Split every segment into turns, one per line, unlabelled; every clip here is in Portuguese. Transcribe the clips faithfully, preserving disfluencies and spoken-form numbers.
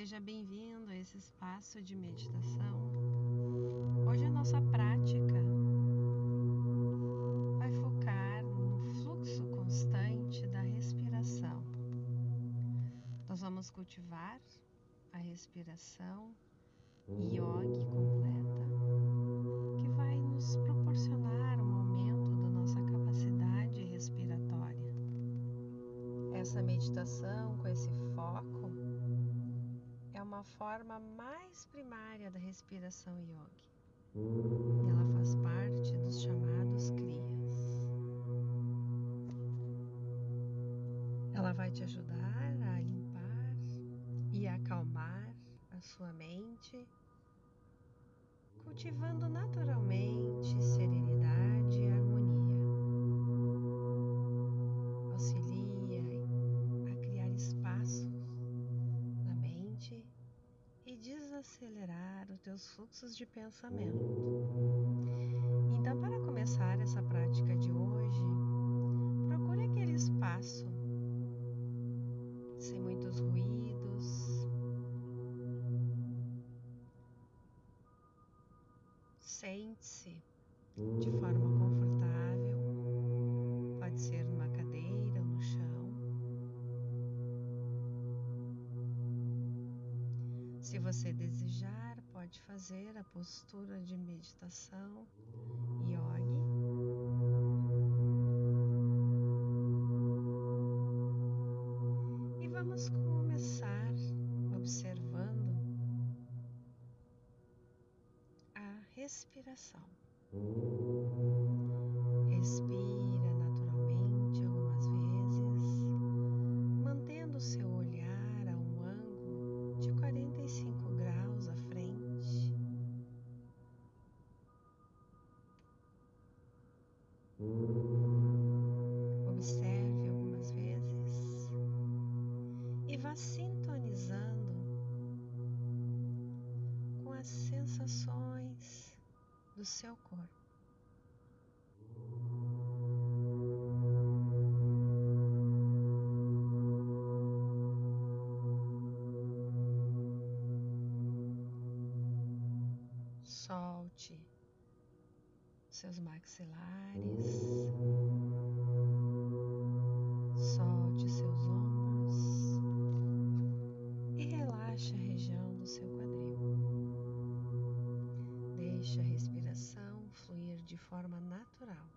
seja bem-vindo a esse espaço de meditação. Hoje a nossa prática vai focar no fluxo constante da respiração. Nós vamos cultivar a respiração yogi completa, que vai nos proporcionar um aumento da nossa capacidade respiratória. Essa meditação com esse foco é uma forma mais primária da respiração yogi. E ela faz parte dos chamados kriyas. Ela vai te ajudar a limpar e acalmar a sua mente, cultivando naturalmente serenidade e harmonia. Auxilia a criar espaços na mente e desacelerar os teus fluxos de pensamento. Então, para começar essa prática de hoje, procure aquele espaço sem muitos ruídos. Sente-se de forma confortável, pode ser numa cadeira ou no chão. Se você desejar, pode fazer a postura de meditação yogi. E vamos começar observando a respiração. Respira naturalmente algumas vezes, mantendo o seu olhar a um ângulo de quarenta e cinco graus à frente. Observe algumas vezes e vá sintonizando com as sensações do seu corpo. Solte seus maxilares, solte seus ombros e relaxe a região do seu quadril. Deixe a respiração fluir de forma natural.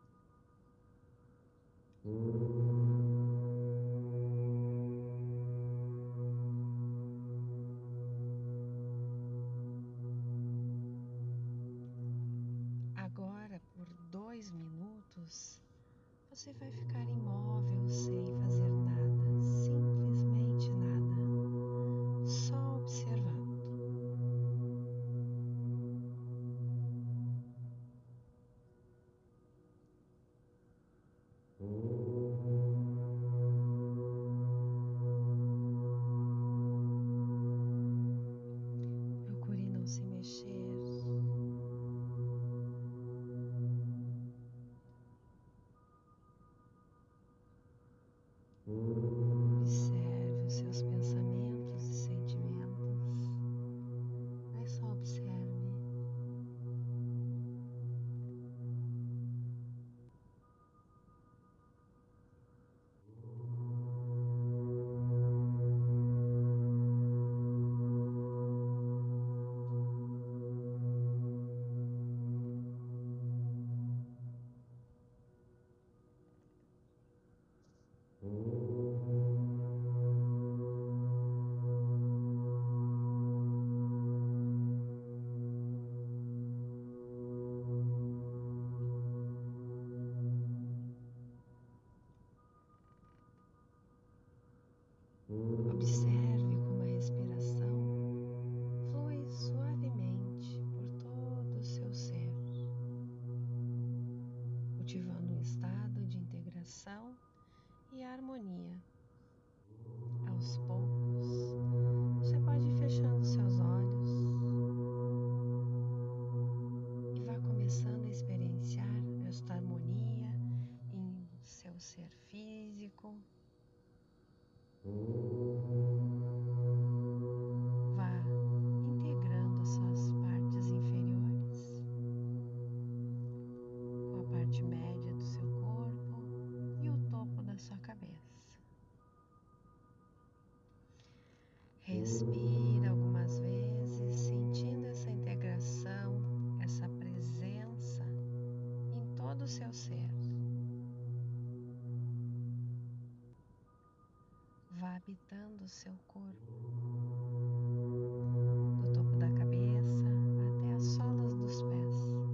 Agora, por dois minutos, você vai ficar imóvel sem fazer nada, simplesmente nada, só observando. Procure não se mexer. Observe os seus pensamentos e sentimentos, mas só observe. Observe como a respiração flui suavemente por todo o seu ser, cultivando um estado de integração e harmonia. Aos poucos, você pode ir fechando seus olhos e vá começando a experienciar esta harmonia em seu ser físico. Vá Respira algumas vezes, sentindo essa integração, essa presença em todo o seu ser. Vá habitando o seu corpo, do topo da cabeça até as solas dos pés.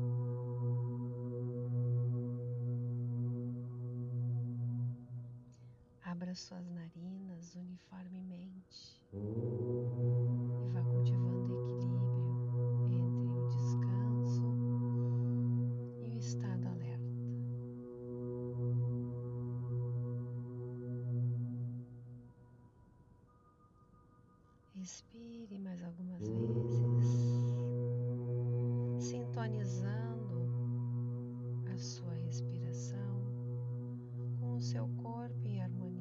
Abra suas narinas uniformemente e vá cultivando equilíbrio entre o descanso e o estado alerta. Respire mais algumas vezes, sintonizando a sua respiração com o seu corpo em harmonia.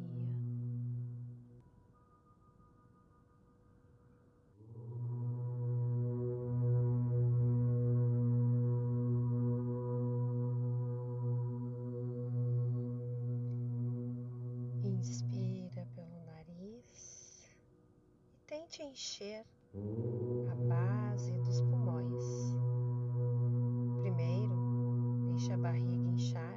Inspira pelo nariz e tente encher a base dos pulmões. Primeiro, deixe a barriga inchar.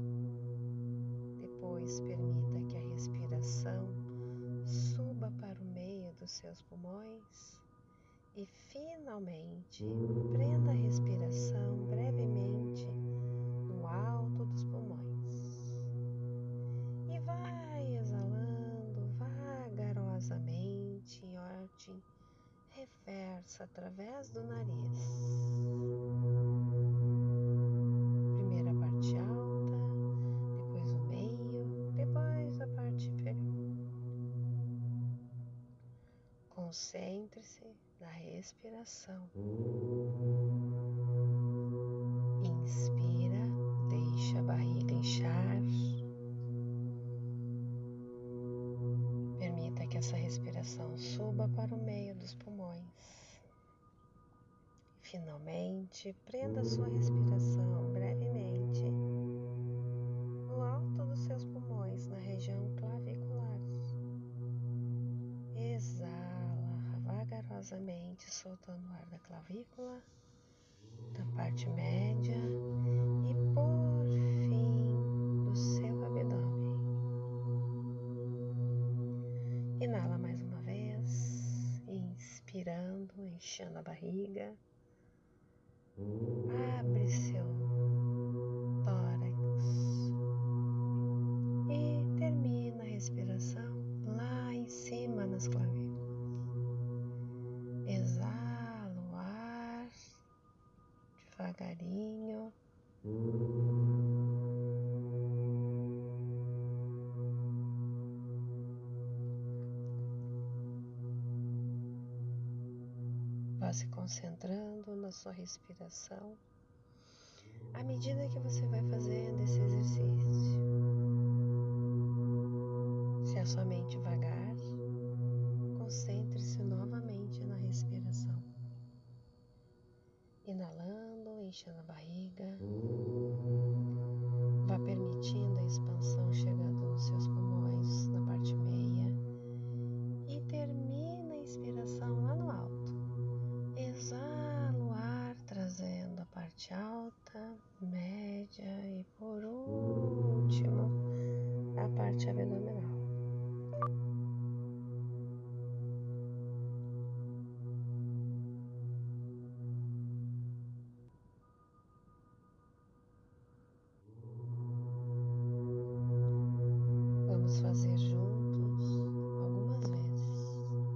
Depois, permita que a respiração suba para o meio dos seus pulmões. E, finalmente, prenda a respiração brevemente no alto dos pulmões. E vai exalando vagarosamente em ordem reversa através do nariz. Primeiro a parte alta, depois o meio, depois a parte inferior. Concentre-se na respiração. Inspira, deixa a barriga inchar. Permita que essa respiração suba para o meio dos pulmões. Finalmente, prenda a sua respiração brevemente no alto dos seus pulmões, na região clavicular. Exala vagarosamente, soltando o ar da clavícula, da parte média e, por fim, do seu abdômen. Inala mais uma vez, inspirando, enchendo a barriga. Abre seu tórax e termina a respiração lá em cima nas clavículas. Exala o ar devagarinho. Vá se concentrando na sua respiração à medida que você vai fazendo esse exercício. Se a sua mente vagar, concentre-se novamente na respiração. Inalando, enchendo a barriga. Vá permitindo a expansão chegando nos seus pulmões, na parte meia. E termina a inspiração lá no alto. Exala o ar, trazendo a parte alta, média e, por último, a parte abdominal. Vamos fazer juntos algumas vezes.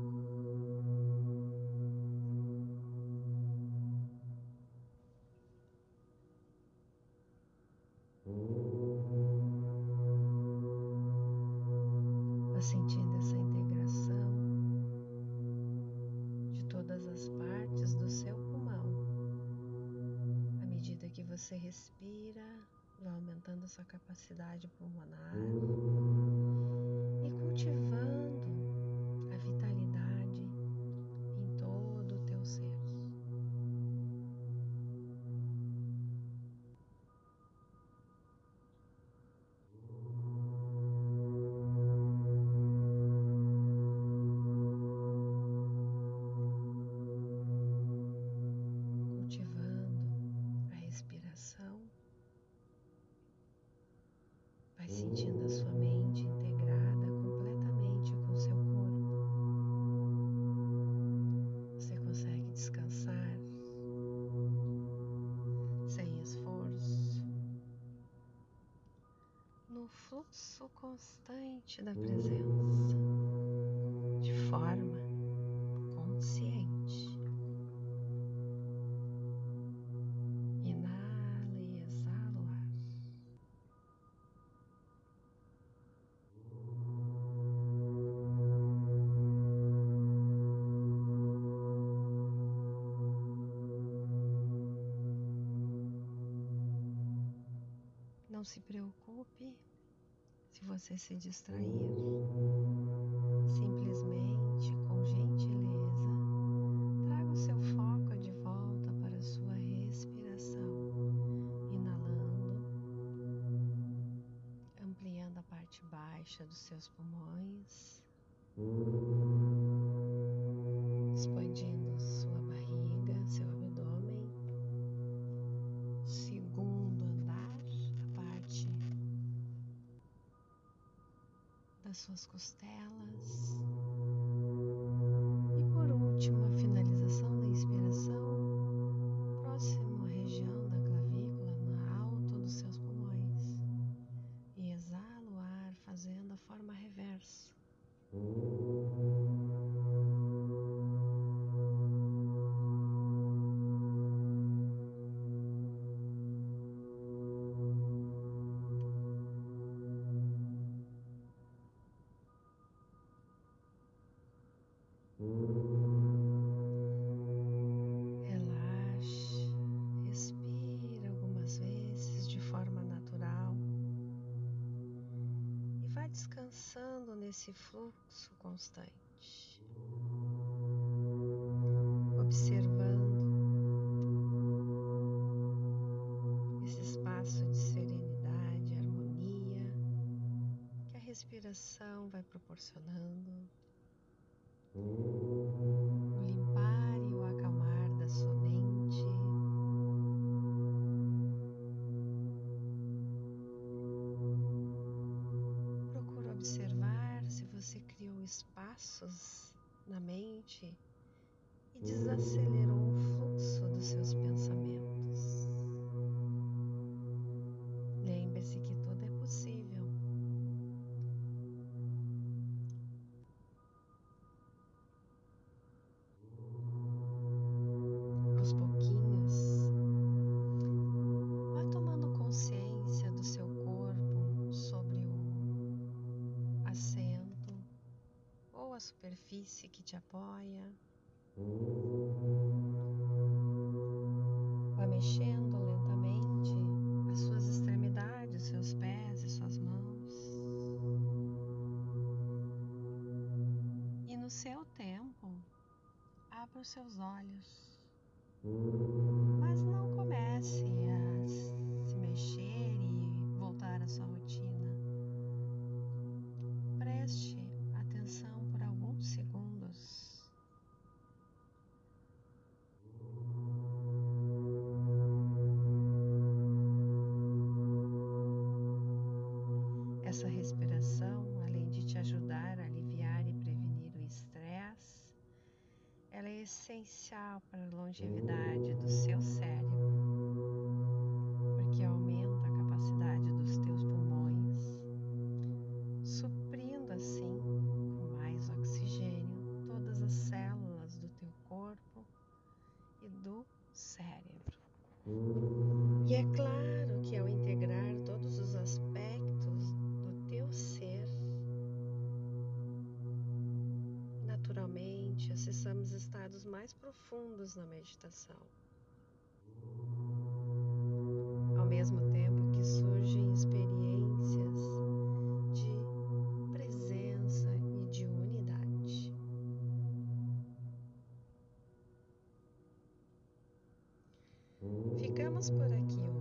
Vá sentindo essa integração de todas as partes do seu pulmão. À medida que você respira, vá aumentando a sua capacidade pulmonar e cultivando a vitalidade em todo o teu ser. parte da presença de forma consciente. Inala e exala o ar. Não se preocupe se você se distrair. Simplesmente, com gentileza, traga o seu foco de volta para a sua respiração, inalando, ampliando a parte baixa dos seus pulmões, expandindo sua barriga, seu abdômen, segundo andar, a parte das suas costelas. E por último, a finalização da inspiração, próximo à região da clavícula, no alto dos seus pulmões. E exala o ar fazendo a forma reversa. Relaxe, respira algumas vezes de forma natural e vá descansando nesse fluxo constante, observando esse espaço de serenidade e harmonia que a respiração vai proporcionando. O limpar e o acalmar da sua mente. Procura observar se você criou espaços na mente e desacelerou o fluxo dos seus pensamentos. Lembre-se que tudo é possível. Aos pouquinhos, vá tomando consciência do seu corpo sobre o assento ou a superfície que te apoia. Vá mexendo lentamente as suas extremidades, seus pés e suas mãos. E no seu tempo, abra os seus olhos. Mas não comece a se mexer e voltar à sua rotina. Preste atenção por alguns segundos. Essa respiração, além de te ajudar a aliviar e prevenir o estresse, ela é essencial para a longevidade do seu cérebro, porque aumenta a capacidade dos teus pulmões, suprindo assim com mais oxigênio todas as células do teu corpo e do cérebro. E é claro que ao integrar todos os aspectos do teu ser, naturalmente acessamos estados mais profundos na meditação. Ao mesmo tempo que surgem experiências de presença e de unidade. Ficamos por aqui